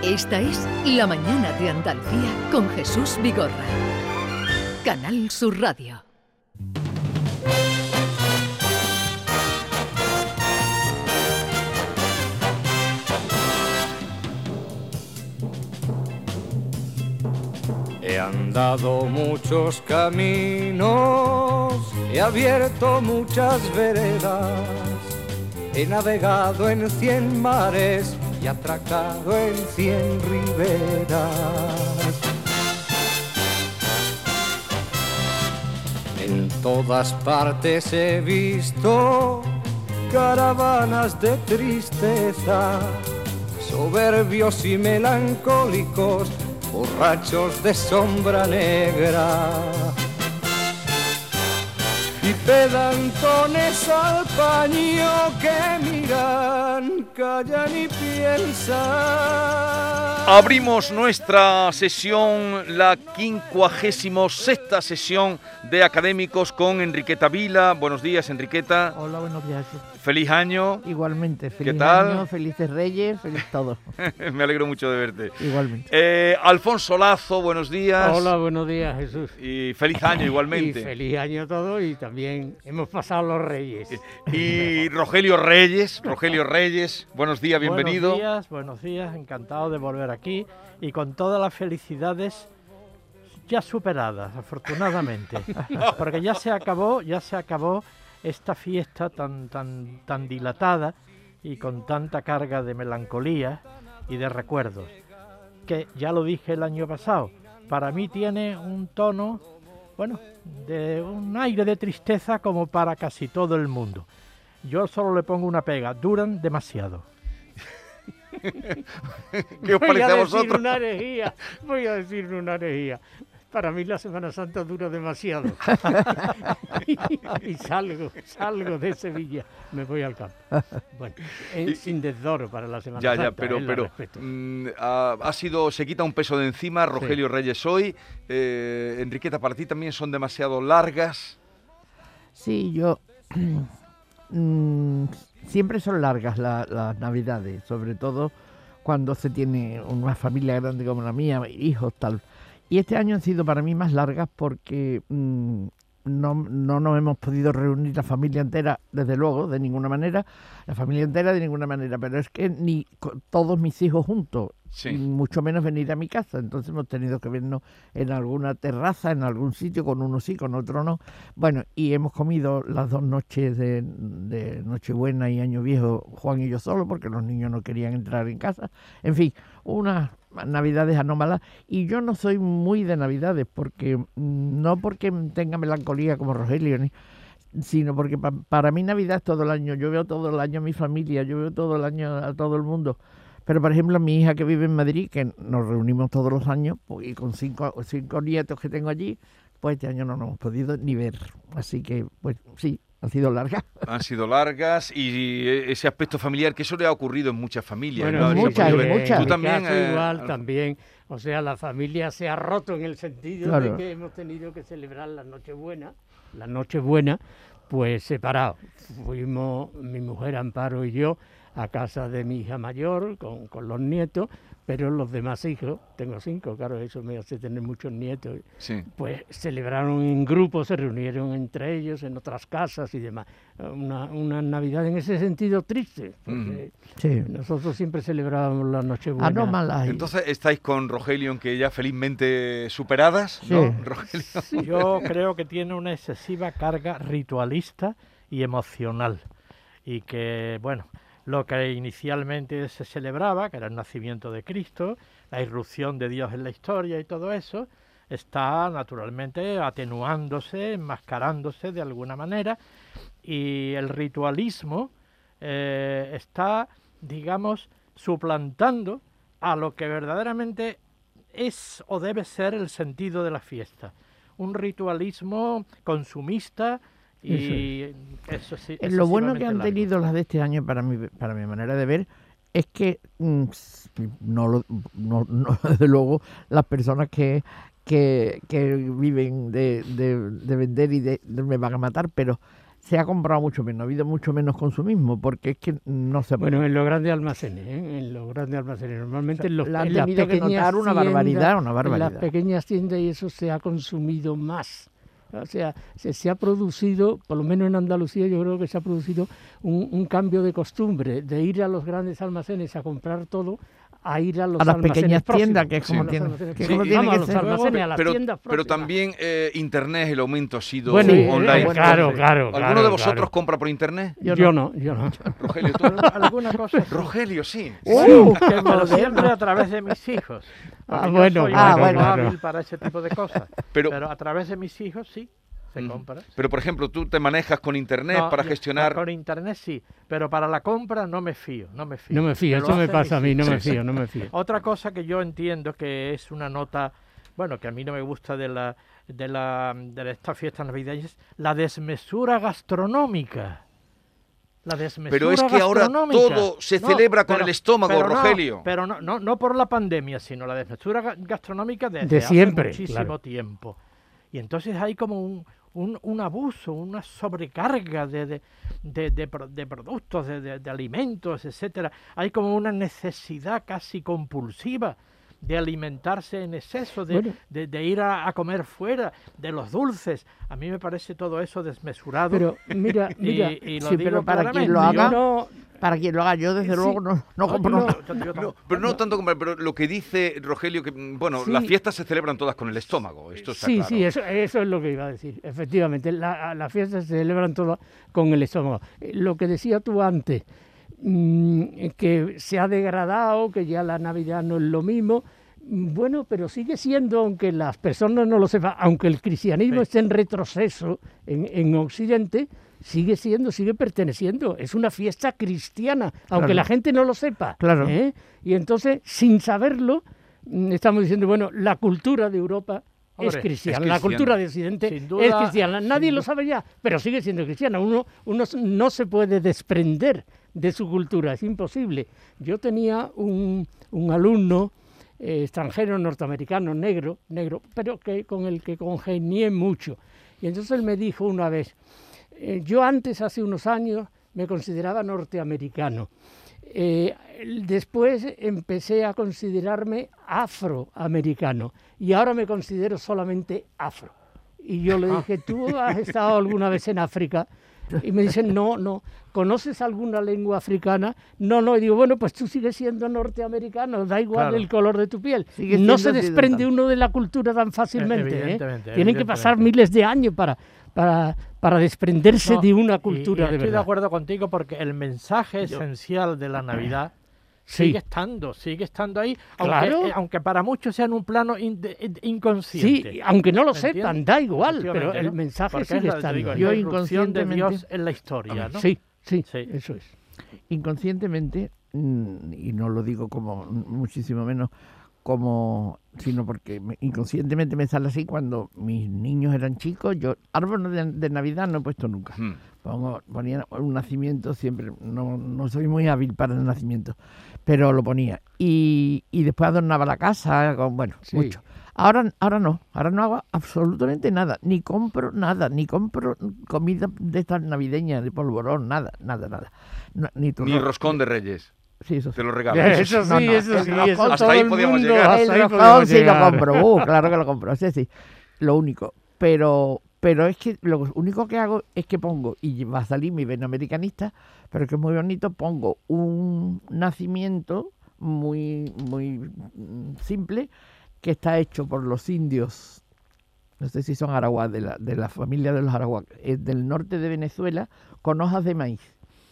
Esta es La Mañana de Andalucía con Jesús Vigorra. Canal Sur Radio. He andado muchos caminos, he abierto muchas veredas, he navegado en 100 mares y atracado en 100 riberas. En todas partes he visto caravanas de tristeza, soberbios y melancólicos, borrachos de sombra negra y pedantones al paño que miran, callan y piensan. Abrimos nuestra sesión, la 56ª sesión de Académicos con Enriqueta Vila. Buenos días, Enriqueta. Hola, buenos días. Feliz año. Igualmente, feliz ¿Qué tal? año, felices Reyes, feliz todo. Me alegro mucho de verte. Igualmente. Alfonso Lazo, buenos días. Hola, buenos días, Jesús. Y feliz año igualmente. Y feliz año a todos, y también hemos pasado los Reyes. Y Rogelio Reyes, buenos días, bienvenido. Buenos días, encantado de volver aquí y con todas las felicidades ya superadas, afortunadamente, porque ya se acabó esta fiesta tan dilatada y con tanta carga de melancolía y de recuerdos, que ya lo dije el año pasado, para mí tiene un tono, de un aire de tristeza como para casi todo el mundo. Yo solo le pongo una pega: duran demasiado. ¿Qué os parece a vosotros? Voy a decir una herejía. Para mí la Semana Santa dura demasiado. y salgo de Sevilla, me voy al campo. Bueno, sin desdoro para la Semana Santa. Pero se quita un peso de encima, Rogelio Reyes hoy. Enriqueta, ¿para ti también son demasiado largas? Sí, yo... siempre son largas las Navidades, sobre todo cuando se tiene una familia grande como la mía, hijos, tal. Y este año han sido para mí más largas porque no nos hemos podido reunir la familia entera, desde luego, de ninguna manera, pero es que ni todos mis hijos juntos, mucho menos venir a mi casa, entonces hemos tenido que vernos en alguna terraza, en algún sitio, con uno sí, con otro no. Bueno, y hemos comido las 2 noches de Nochebuena y Año Viejo, Juan y yo solo, porque los niños no querían entrar en casa. En fin, unas Navidades anómalas, y yo no soy muy de Navidades, porque no porque tenga melancolía como Rogelio, sino porque para mí Navidad es todo el año. Yo veo todo el año a mi familia, yo veo todo el año a todo el mundo. Pero, por ejemplo, mi hija que vive en Madrid, que nos reunimos todos los años, pues, y con cinco nietos que tengo allí, pues este año no nos hemos podido ni ver. Así que, pues sí, han sido largas. Han sido largas, y ese aspecto familiar, que eso le ha ocurrido en muchas familias. Bueno, ¿no? Muchas. Tú también. Igual, también. O sea, la familia se ha roto en el sentido de que hemos tenido que celebrar la Nochebuena, pues separados. Fuimos mi mujer Amparo y yo a casa de mi hija mayor con los nietos, pero los demás hijos, tengo 5, claro, eso me hace tener muchos nietos, pues celebraron en grupo, se reunieron entre ellos en otras casas y demás. Una Navidad en ese sentido triste, porque nosotros siempre celebrábamos la Nochebuena. Anómala. Entonces, ¿estáis con Rogelio en que ya felizmente superadas? Sí. ¿No, Rogelio? Sí. Yo creo que tiene una excesiva carga ritualista y emocional, y que, lo que inicialmente se celebraba, que era el nacimiento de Cristo, la irrupción de Dios en la historia y todo eso, está naturalmente atenuándose, enmascarándose de alguna manera, y el ritualismo está, digamos, suplantando a lo que verdaderamente es o debe ser el sentido de la fiesta. Un ritualismo consumista. Y eso sí, lo bueno que han tenido las de este año, para mi manera de ver, es que no desde luego las personas que viven de vender y me van a matar, pero se ha comprado mucho menos, ha habido mucho menos consumismo, porque es que no se... Bueno, en los grandes almacenes, en los grandes almacenes. Normalmente en la han las tenido que pequeñas notar una barbaridad. En las pequeñas tiendas y eso se ha consumido más. O sea, se ha producido, por lo menos en Andalucía, yo creo que se ha producido un cambio de costumbre de ir a los grandes almacenes a comprar todo, a ir a los las almacenes pequeñas próximos. tiendas, que es como tiene que ser. A las tiendas pero próximas. también Internet, el aumento ha sido Bueno, online. claro. ¿Alguno de vosotros compra por Internet? Yo no. Rogelio, ¿tú? ¿Alguna cosa? Rogelio, sí. Pero siempre a través de mis hijos. Bueno, hábil para ese tipo de cosas. Pero a través de mis hijos sí se compra. Pero, por ejemplo, ¿tú te manejas con Internet para gestionar...? Con Internet sí, pero para la compra no me fío. No me fío, eso me pasa a mí, no me fío. Otra cosa que yo entiendo que es una nota, bueno, que a mí no me gusta de estas fiestas navideñas, la desmesura gastronómica. Pero es que ahora todo se celebra con el estómago, Rogelio. Pero no por la pandemia, sino la desmesura gastronómica de siempre, hace muchísimo tiempo. Y entonces hay como un abuso, una sobrecarga de productos, de alimentos, etcétera. Hay como una necesidad casi compulsiva de alimentarse en exceso, de ir a comer fuera, de los dulces. A mí me parece todo eso desmesurado. Pero mira, y lo digo para quien lo haga, yo desde luego no compro. Pero no tanto comprar, pero lo que dice Rogelio, que las fiestas se celebran todas con el estómago, esto está claro. Sí, eso es lo que iba a decir. Efectivamente, las fiestas se celebran todas con el estómago. Lo que decía tú antes, que se ha degradado, que ya la Navidad no es lo mismo. Bueno, pero sigue siendo, aunque las personas no lo sepan, aunque el cristianismo esté en retroceso en Occidente, sigue perteneciendo. Es una fiesta cristiana, aunque la gente no lo sepa. Claro. Y entonces, sin saberlo, estamos diciendo, bueno, la cultura de Europa es cristiana, la cultura de Occidente es cristiana. Nadie lo sabe ya, pero sigue siendo cristiana. Uno no se puede desprender de su cultura, es imposible. Yo tenía un alumno extranjero, norteamericano, negro, pero con el que congenié mucho. Y entonces él me dijo una vez, yo antes, hace unos años, me consideraba norteamericano. Después empecé a considerarme afroamericano y ahora me considero solamente afro. Y yo le dije, ¿tú has estado alguna vez en África? Y me dicen, no. ¿Conoces alguna lengua africana? No. Y digo, bueno, pues tú sigues siendo norteamericano, da igual el color de tu piel. No se desprende uno de la cultura tan fácilmente. Tienen que pasar miles de años para desprenderse de una cultura de verdad. Estoy de acuerdo contigo porque el mensaje esencial de la Navidad sigue estando ahí, aunque para muchos sea en un plano inconsciente. Sí, aunque no lo sepan, da igual, pero el mensaje sigue estando. Yo inconscientemente de Dios en la historia, ¿no? Sí, eso es. Inconscientemente, y no lo digo como muchísimo menos sino porque inconscientemente me sale así cuando mis niños eran chicos. Yo árbol de Navidad no he puesto nunca. Ponía un nacimiento siempre, no soy muy hábil para el nacimiento, pero lo ponía. Y después adornaba la casa mucho. Ahora no hago absolutamente nada, ni compro comida de estas navideñas, de polvorón, nada. Ni roscón de Reyes. Sí, eso sí. Te lo regalo. Eso sí. Hasta ahí podíamos llegar. El roscón sí lo compro. Claro que lo compro. Sí. Lo único. Pero es que lo único que hago es que pongo, y va a salir mi vena americanista, pero que es muy bonito, pongo un nacimiento muy, muy simple que está hecho por los indios, no sé si son arahuas, de la familia de los arahuas, del norte de Venezuela, con hojas de maíz.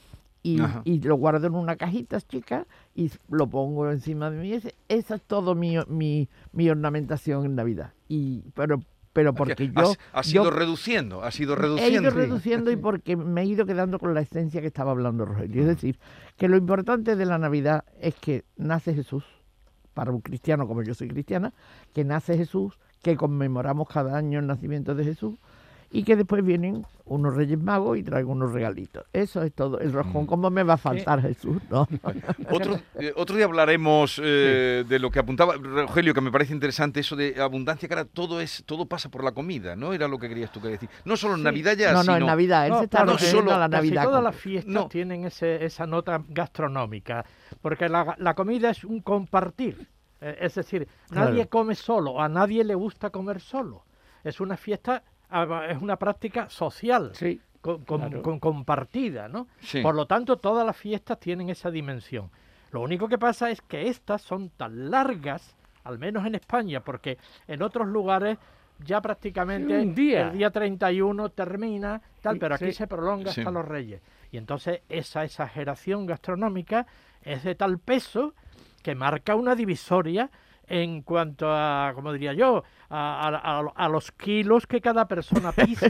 Y lo guardo en una cajita chica y lo pongo encima de mí. Esa es todo mi ornamentación en Navidad. Pero porque Has ido reduciendo. He ido reduciendo y porque me he ido quedando con la esencia que estaba hablando Rogelio. Es decir, que lo importante de la Navidad es que nace Jesús, para un cristiano como yo soy cristiana, que nace Jesús, que conmemoramos cada año el nacimiento de Jesús y que después vienen unos Reyes Magos y traen unos regalitos. Eso es todo. El roscón, ¿cómo me va a faltar, Jesús? ¿No? Otro día hablaremos de lo que apuntaba Rogelio, que me parece interesante, eso de abundancia, que ahora todo pasa por la comida, ¿no? Era lo que querías tú que decir. No solo en Navidad ya, No, en Navidad. Él se está refiriendo a la Navidad. Todas las fiestas tienen esa nota gastronómica, porque la comida es un compartir. Es decir, nadie come solo, a nadie le gusta comer solo. Es una fiesta, es una práctica social, compartida, ¿no? Sí. Por lo tanto, todas las fiestas tienen esa dimensión. Lo único que pasa es que estas son tan largas, al menos en España, porque en otros lugares ya prácticamente el día 31 termina, pero aquí se prolonga hasta los Reyes. Y entonces esa exageración gastronómica es de tal peso que marca una divisoria en cuanto a, como diría yo, a los kilos que cada persona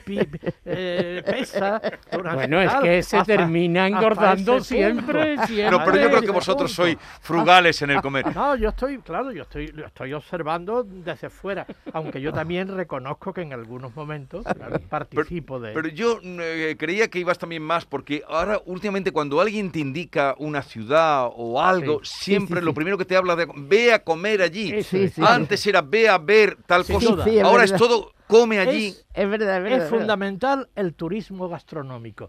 pesa. Bueno, es que se termina engordando siempre. No, pero yo creo que vosotros sois frugales en el comer. No, yo estoy observando desde fuera, aunque yo también reconozco que en algunos momentos participo de... Pero yo creía que ibas también más, porque ahora últimamente cuando alguien te indica una ciudad o algo, siempre lo primero que te habla de ve a comer allí. Antes era ve a ver tal cosa. Ahora es todo come allí. Es verdad. Es fundamental el turismo gastronómico.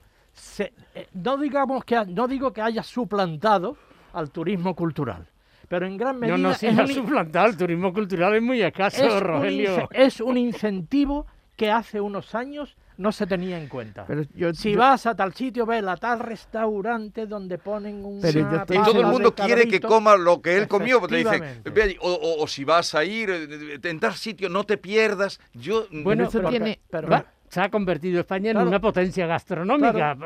No digo que haya suplantado al turismo cultural, pero en gran medida... No se ha suplantado, el turismo cultural es muy escaso, Rogelio. Es un incentivo que hace unos años no se tenía en cuenta. Pero si vas a tal sitio, ves a tal restaurante donde ponen un... Y todo el mundo quiere que coma lo que él comió, porque te dicen, ve allí, o si vas a ir en tal sitio, no te pierdas. Bueno, pero se ha convertido España en una potencia gastronómica.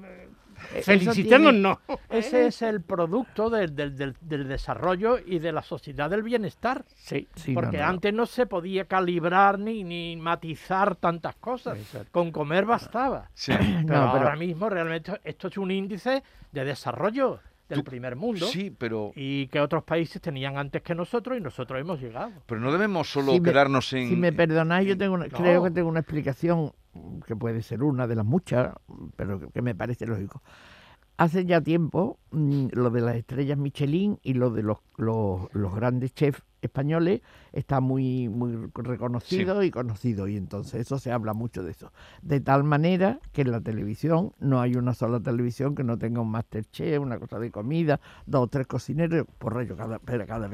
Felicitémonos. Ese es el producto del desarrollo y de la sociedad del bienestar. Porque antes no se podía calibrar ni matizar tantas cosas. Con comer bastaba. Pero ahora mismo realmente esto es un índice de desarrollo del primer mundo, y que otros países tenían antes que nosotros y nosotros hemos llegado. Pero no debemos solo quedarnos en... Si me perdonáis, yo creo que tengo una explicación que puede ser una de las muchas, pero que me parece lógico. Hace ya tiempo, lo de las estrellas Michelin y lo de los grandes chefs españoles está muy reconocido y conocido, y entonces eso se habla mucho de eso. De tal manera que en la televisión no hay una sola televisión que no tenga un Masterchef, una cosa de comida, 2 o 3 cocineros. Cada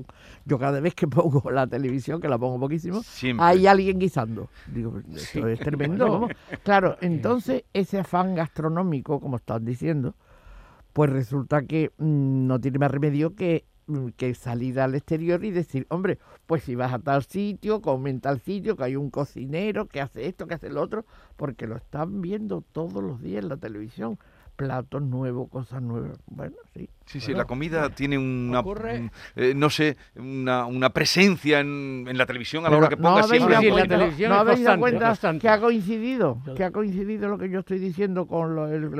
vez que pongo la televisión, que la pongo poquísimo, hay alguien guisando. Digo, esto es tremendo, ¿no? Claro, entonces ese afán gastronómico, como estás diciendo, pues resulta que no tiene más remedio que salir al exterior y decir, hombre, pues si vas a tal sitio, come en tal sitio, que hay un cocinero que hace esto, que hace lo otro, porque lo están viendo todos los días en la televisión. Platos nuevos, cosas nuevas. Bueno, Sí, la comida tiene una presencia en la televisión a la hora que pongas siempre. ¿No habéis dado cuenta que ha coincidido lo que yo estoy diciendo con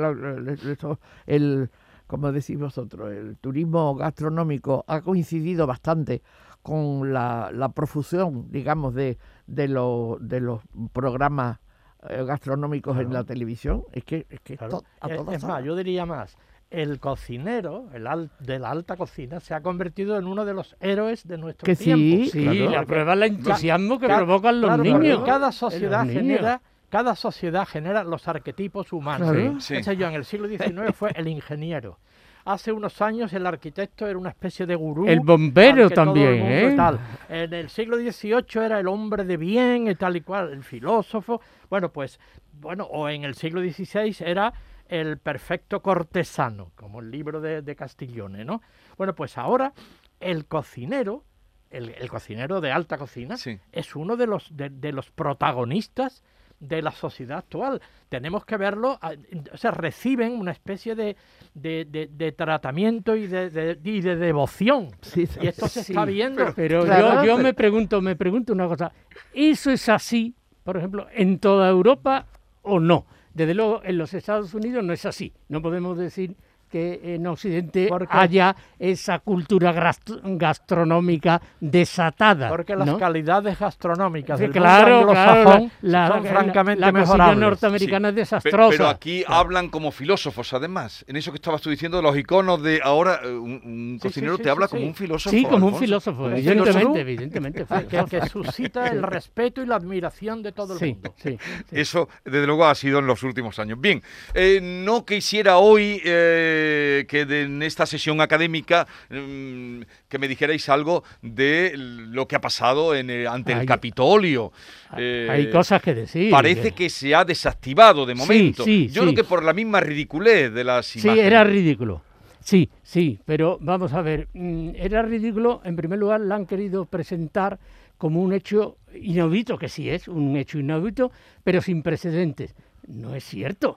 como decís vosotros, el turismo gastronómico ha coincidido bastante con la profusión, digamos, de los programas gastronómicos en la televisión? Es que es más, yo diría más, el cocinero de la alta cocina se ha convertido en uno de los héroes de nuestro tiempo. La prueba es el entusiasmo que provocan los niños. Cada sociedad genera los arquetipos humanos. En el siglo XIX fue el ingeniero. Hace unos años el arquitecto era una especie de gurú. El bombero también, En el siglo XVIII era el hombre de bien y tal y cual, el filósofo. O en el siglo XVI era el perfecto cortesano, como el libro de Castiglione, ¿no? Bueno, pues ahora el cocinero, el cocinero de alta cocina, es uno de los protagonistas de la sociedad actual. Tenemos que verlo, reciben una especie de tratamiento y de devoción. Y esto se está viendo. Pero yo me pregunto una cosa. ¿Eso es así, por ejemplo, en toda Europa o no? Desde luego, en los Estados Unidos no es así. No podemos decir que en Occidente haya esa cultura gastronómica desatada. Porque las calidades gastronómicas del mundo anglosajón son francamente mejorables. La cocina norteamericana es desastrosa. Pero aquí hablan como filósofos, además. En eso que estabas tú diciendo de los iconos de ahora, un cocinero te habla como un filósofo. Sí, como un filósofo, evidentemente. Que suscita el respeto y la admiración de todo el mundo. Sí. Eso, desde luego, ha sido en los últimos años. Bien, no quisiera hoy que en esta sesión académica que me dijerais algo de lo que ha pasado ante el Capitolio. Hay cosas que decir. Parece que se ha desactivado de momento. Yo creo que por la misma ridiculez de las imágenes. Sí, era ridículo. Sí, pero vamos a ver, era ridículo. En primer lugar, la han querido presentar como un hecho inaudito, que sí es un hecho inaudito, pero sin precedentes. No es cierto,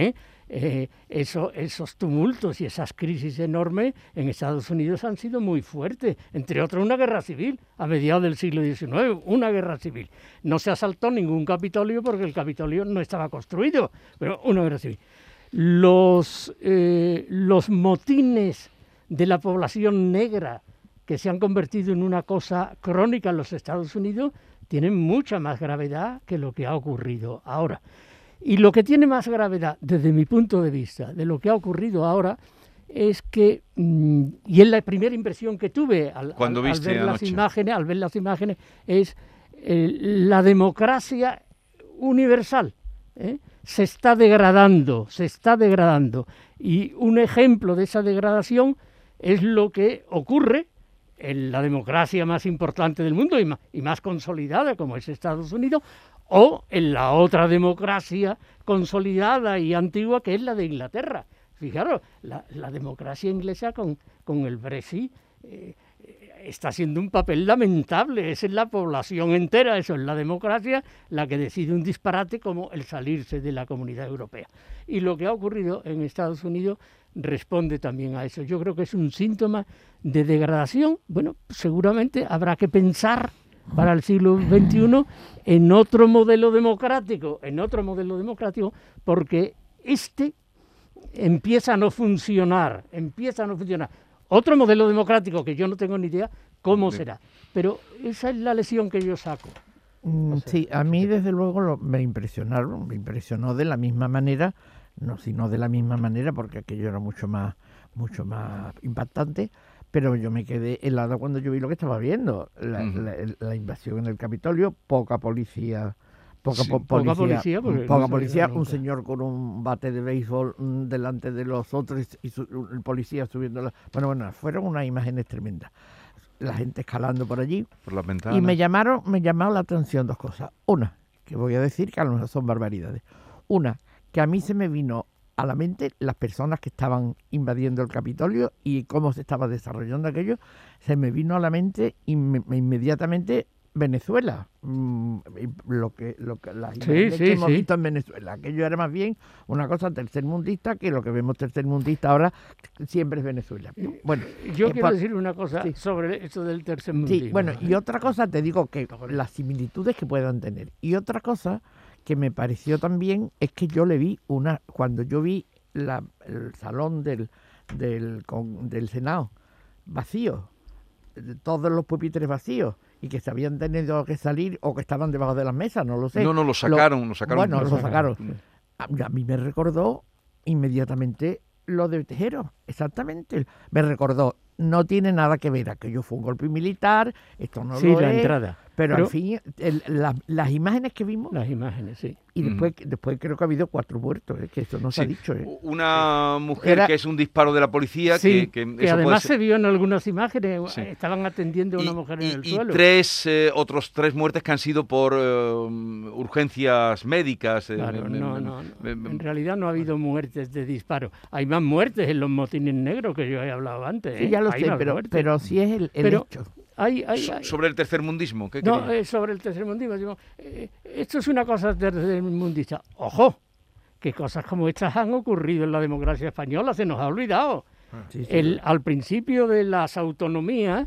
esos tumultos y esas crisis enormes en Estados Unidos han sido muy fuertes, entre otros una guerra civil a mediados del siglo XIX, una guerra civil. No se asaltó ningún Capitolio porque el Capitolio no estaba construido, pero una guerra civil. Los motines de la población negra que se han convertido en una cosa crónica en los Estados Unidos tienen mucha más gravedad que lo que ha ocurrido ahora. Y lo que tiene más gravedad, desde mi punto de vista, de lo que ha ocurrido ahora, es que, y es la primera impresión que tuve al ver las imágenes, es la democracia universal. Se está degradando. Y un ejemplo de esa degradación es lo que ocurre en la democracia más importante del mundo y más consolidada, como es Estados Unidos, o en la otra democracia consolidada y antigua, que es la de Inglaterra. Fijaros, la democracia inglesa con el Brexit está haciendo un papel lamentable. Esa es la población entera, eso es la democracia, la que decide un disparate como el salirse de la Comunidad Europea. Y lo que ha ocurrido en Estados Unidos responde también a eso. Yo creo que es un síntoma de degradación. Bueno, seguramente habrá que pensar para el siglo XXI en otro modelo democrático, porque empieza a no funcionar. Otro modelo democrático que yo no tengo ni idea cómo será, pero esa es la lección que yo saco. Sí, a mí desde luego me impresionó de la misma manera, sino de la misma manera, porque aquello era mucho más impactante, pero yo me quedé helado cuando yo vi lo que estaba viendo, la invasión en el Capitolio, poca policía, un señor con un bate de béisbol delante de los otros y el policía subiendo bueno, fueron unas imágenes tremendas. La gente escalando por allí. Por las ventanas. Y me llamaron la atención dos cosas. Una, que voy a decir que a lo mejor son barbaridades. Una, que a mí se me vino a la mente las personas que estaban invadiendo el Capitolio y cómo se estaba desarrollando aquello. Se me vino a la mente inmediatamente Venezuela, las imágenes que hemos visto en Venezuela. Aquello era más bien una cosa tercermundista, que lo que vemos tercermundista ahora siempre es Venezuela. Bueno, yo quiero decir una cosa sobre eso del tercermundismo. Sí, bueno, y otra cosa, te digo que las similitudes que puedan tener. Y otra cosa que me pareció también es que yo le vi cuando yo vi el salón del Senado vacío, todos los pupitres vacíos, y que se habían tenido que salir o que estaban debajo de las mesas, no lo sé. No, lo sacaron. Bueno, lo sacaron. A mí me recordó inmediatamente lo de Tejero, exactamente. Me recordó, no tiene nada que ver, aquello fue un golpe militar, esto no lo la es, entrada. Pero al fin, las imágenes que vimos... Las imágenes, sí. Y después creo que ha habido 4 muertos, que esto no se ha dicho. Una mujer que es un disparo de la policía. Sí, que además se vio en algunas imágenes, estaban atendiendo a una mujer en el suelo. Y otros 3 muertes que han sido por urgencias médicas. Claro, no. En realidad no ha habido muertes de disparo. Hay más muertes en los motines negros que yo he hablado antes. Sí, ya lo sé, pero sí es el hecho. Sobre el tercermundismo. Sobre el tercermundismo. Digo, esto es una cosa tercermundista. ¡Ojo! Que cosas como estas han ocurrido en la democracia española, se nos ha olvidado. Al principio de las autonomías,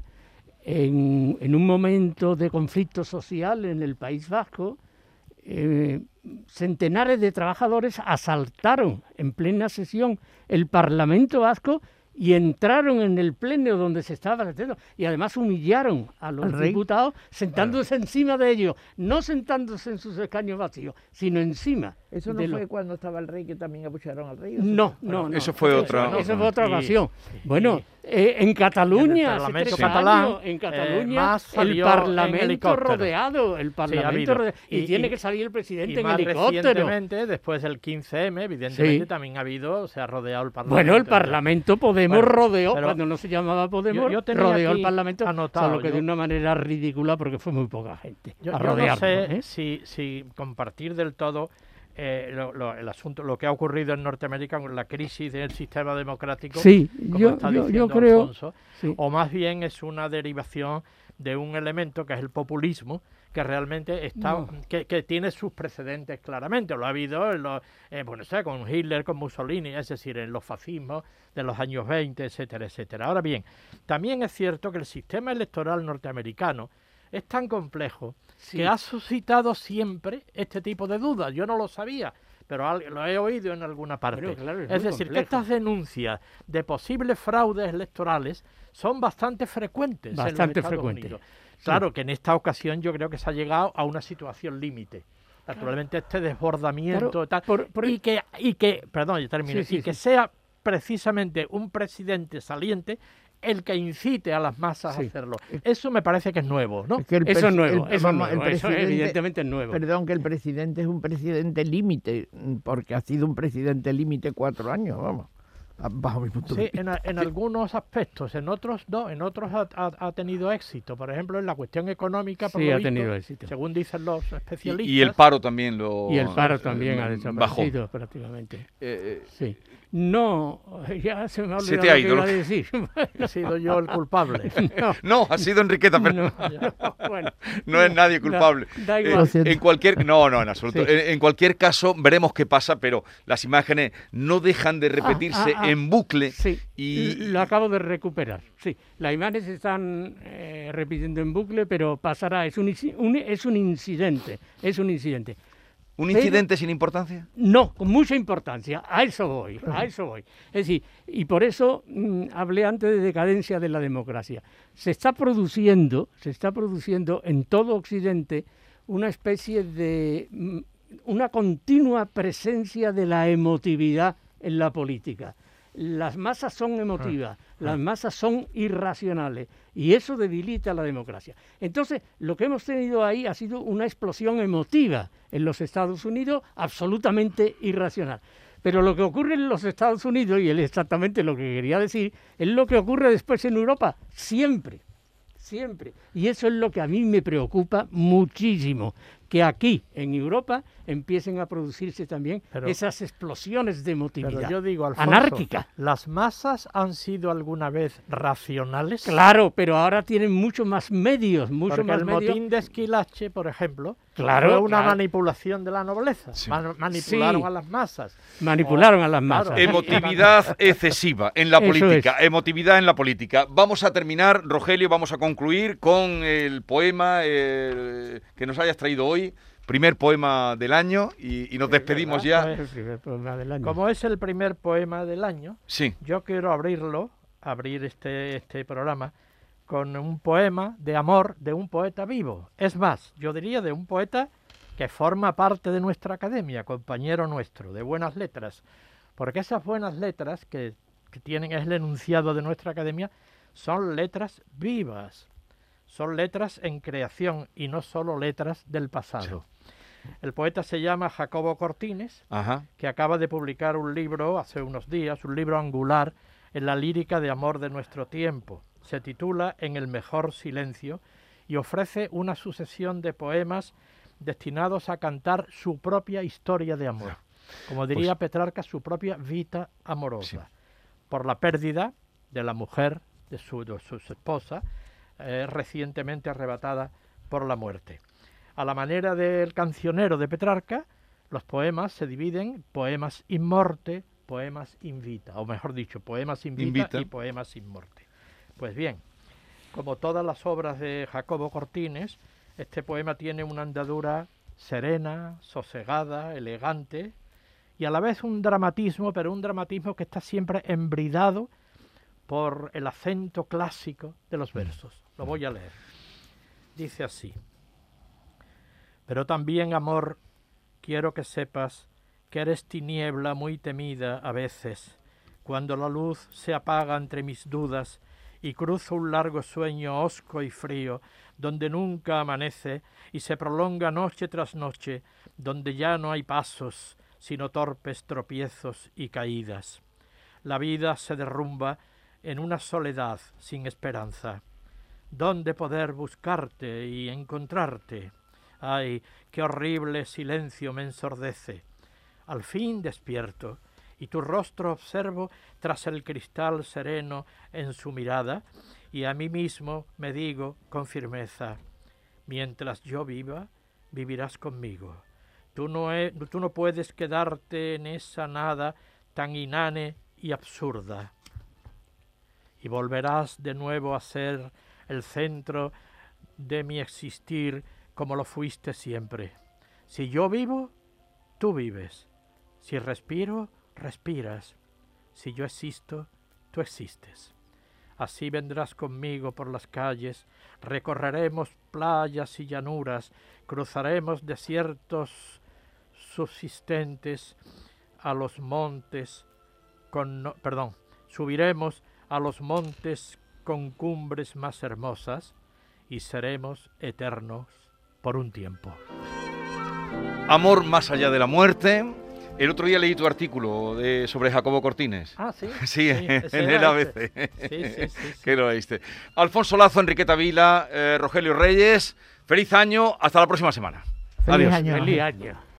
en un momento de conflicto social en el País Vasco, centenares de trabajadores asaltaron en plena sesión el Parlamento vasco y entraron en el pleno donde se estaba haciendo y además humillaron a los diputados sentándose encima de ellos, no sentándose en sus escaños vacíos, sino encima. ¿Eso no fue cuando estaba el rey que también abucharon al rey? No. Eso fue otra ocasión. Bueno, en Cataluña, en Cataluña, el Parlamento rodeado, y tiene que salir el presidente en helicóptero. Recientemente, después del 15M, evidentemente también se ha rodeado el Parlamento. Bueno, el Parlamento Podemos rodeó, cuando no se llamaba Podemos, rodeó el Parlamento, solo que de una manera ridícula porque fue muy poca gente a rodearlo. No sé si compartir del todo el asunto, lo que ha ocurrido en Norteamérica con la crisis del sistema democrático, yo creo, Alfonso, o más bien es una derivación de un elemento que es el populismo, que realmente que tiene sus precedentes claramente. Lo ha habido con Hitler, con Mussolini, es decir, en los fascismos de los años 20, etcétera, etcétera. Ahora bien, también es cierto que el sistema electoral norteamericano es tan complejo que ha suscitado siempre este tipo de dudas. Yo no lo sabía, pero lo he oído en alguna parte. Bueno, claro, es decir, que estas denuncias de posibles fraudes electorales son bastante frecuentes en los Estados Unidos. Claro que en esta ocasión yo creo que se ha llegado a una situación límite. Naturalmente este desbordamiento y que sea precisamente un presidente saliente el que incite a las masas a hacerlo. Eso me parece que es nuevo, ¿no? Eso es nuevo, eso evidentemente es nuevo. Perdón, que el presidente es un presidente límite, porque ha sido un presidente límite 4 años, vamos, bajo mi punto de vista. En algunos aspectos, en otros no, en otros ha tenido éxito. Por ejemplo, en la cuestión económica, ha tenido éxito. Según dicen los especialistas. Y el paro también ha desaparecido prácticamente. Sí. No, ya se me ha olvidado lo que iba a decir. He sido yo el culpable. No, ha sido Enriqueta, pero no es nadie culpable. Da igual. En absoluto. Sí. En cualquier caso, veremos qué pasa, pero las imágenes no dejan de repetirse en bucle. Sí, y lo acabo de recuperar. Sí, las imágenes se están repitiendo en bucle, pero pasará. Es un incidente. ¿Un incidente sin importancia? No, con mucha importancia. A eso voy. Es decir, y por eso hablé antes de decadencia de la democracia. Se está produciendo en todo Occidente una especie de una continua presencia de la emotividad en la política. Las masas son emotivas, las masas son irracionales y eso debilita la democracia. Entonces, lo que hemos tenido ahí ha sido una explosión emotiva en los Estados Unidos absolutamente irracional. Pero lo que ocurre en los Estados Unidos, y es exactamente lo que quería decir, es lo que ocurre después en Europa, siempre. Y eso es lo que a mí me preocupa muchísimo, que aquí, en Europa, empiecen a producirse también esas explosiones de emotividad. Pero yo digo, Alfonso, anárquica. ¿Las masas han sido alguna vez racionales? Claro, pero ahora tienen mucho más medios, motín de Esquilache, por ejemplo, fue una manipulación de la nobleza. Sí. Manipularon a las masas. Emotividad excesiva en la política. Emotividad en la política. Vamos a terminar, Rogelio, vamos a concluir con el poema que nos hayas traído hoy. Primer poema del año y nos despedimos ya. El primer poema del año. Como es el primer poema del año, sí. Yo quiero abrir este programa con un poema de amor de un poeta vivo. Es más, yo diría de un poeta que forma parte de nuestra academia, compañero nuestro, de buenas letras. Porque esas buenas letras que tienen es el enunciado de nuestra academia, son letras vivas. Son letras en creación y no solo letras del pasado. Sí. El poeta se llama Jacobo Cortines, que acaba de publicar un libro hace unos días, un libro angular en la lírica de amor de nuestro tiempo. Se titula En el mejor silencio y ofrece una sucesión de poemas destinados a cantar su propia historia de amor. Como diría Petrarca, su propia vita amorosa. Sí. Por la pérdida de la mujer, de su esposa, recientemente arrebatada por la muerte. A la manera del cancionero de Petrarca, los poemas se dividen en poemas in morte, poemas in vita, o mejor dicho, poemas in vita y poemas in morte. Pues bien, como todas las obras de Jacobo Cortines, este poema tiene una andadura serena, sosegada, elegante, y a la vez un dramatismo, pero un dramatismo que está siempre embridado por el acento clásico de los versos. Lo voy a leer. Dice así: pero también, amor, quiero que sepas que eres tiniebla muy temida a veces, cuando la luz se apaga entre mis dudas y cruzo un largo sueño hosco y frío, donde nunca amanece y se prolonga noche tras noche, donde ya no hay pasos, sino torpes tropiezos y caídas. La vida se derrumba en una soledad sin esperanza. ¿Dónde poder buscarte y encontrarte? Ay, qué horrible silencio me ensordece. Al fin despierto, y tu rostro observo tras el cristal sereno en su mirada, y a mí mismo me digo con firmeza: mientras yo viva, vivirás conmigo. Tú no puedes quedarte en esa nada tan inane y absurda, y volverás de nuevo a ser el centro de mi existir como lo fuiste siempre. Si yo vivo, tú vives. Si respiro, respiras. Si yo existo, tú existes. Así vendrás conmigo por las calles, recorreremos playas y llanuras, cruzaremos desiertos subsistentes a los montes subiremos a los montes con cumbres más hermosas y seremos eternos por un tiempo. Amor más allá de la muerte. El otro día leí tu artículo sobre Jacobo Cortines. Ah, sí. Sí, en el ABC. Sí. Que lo leíste. Alfonso Lazo, Enriqueta Vila, Rogelio Reyes. Feliz año. Hasta la próxima semana. Feliz Adiós. año. Feliz año.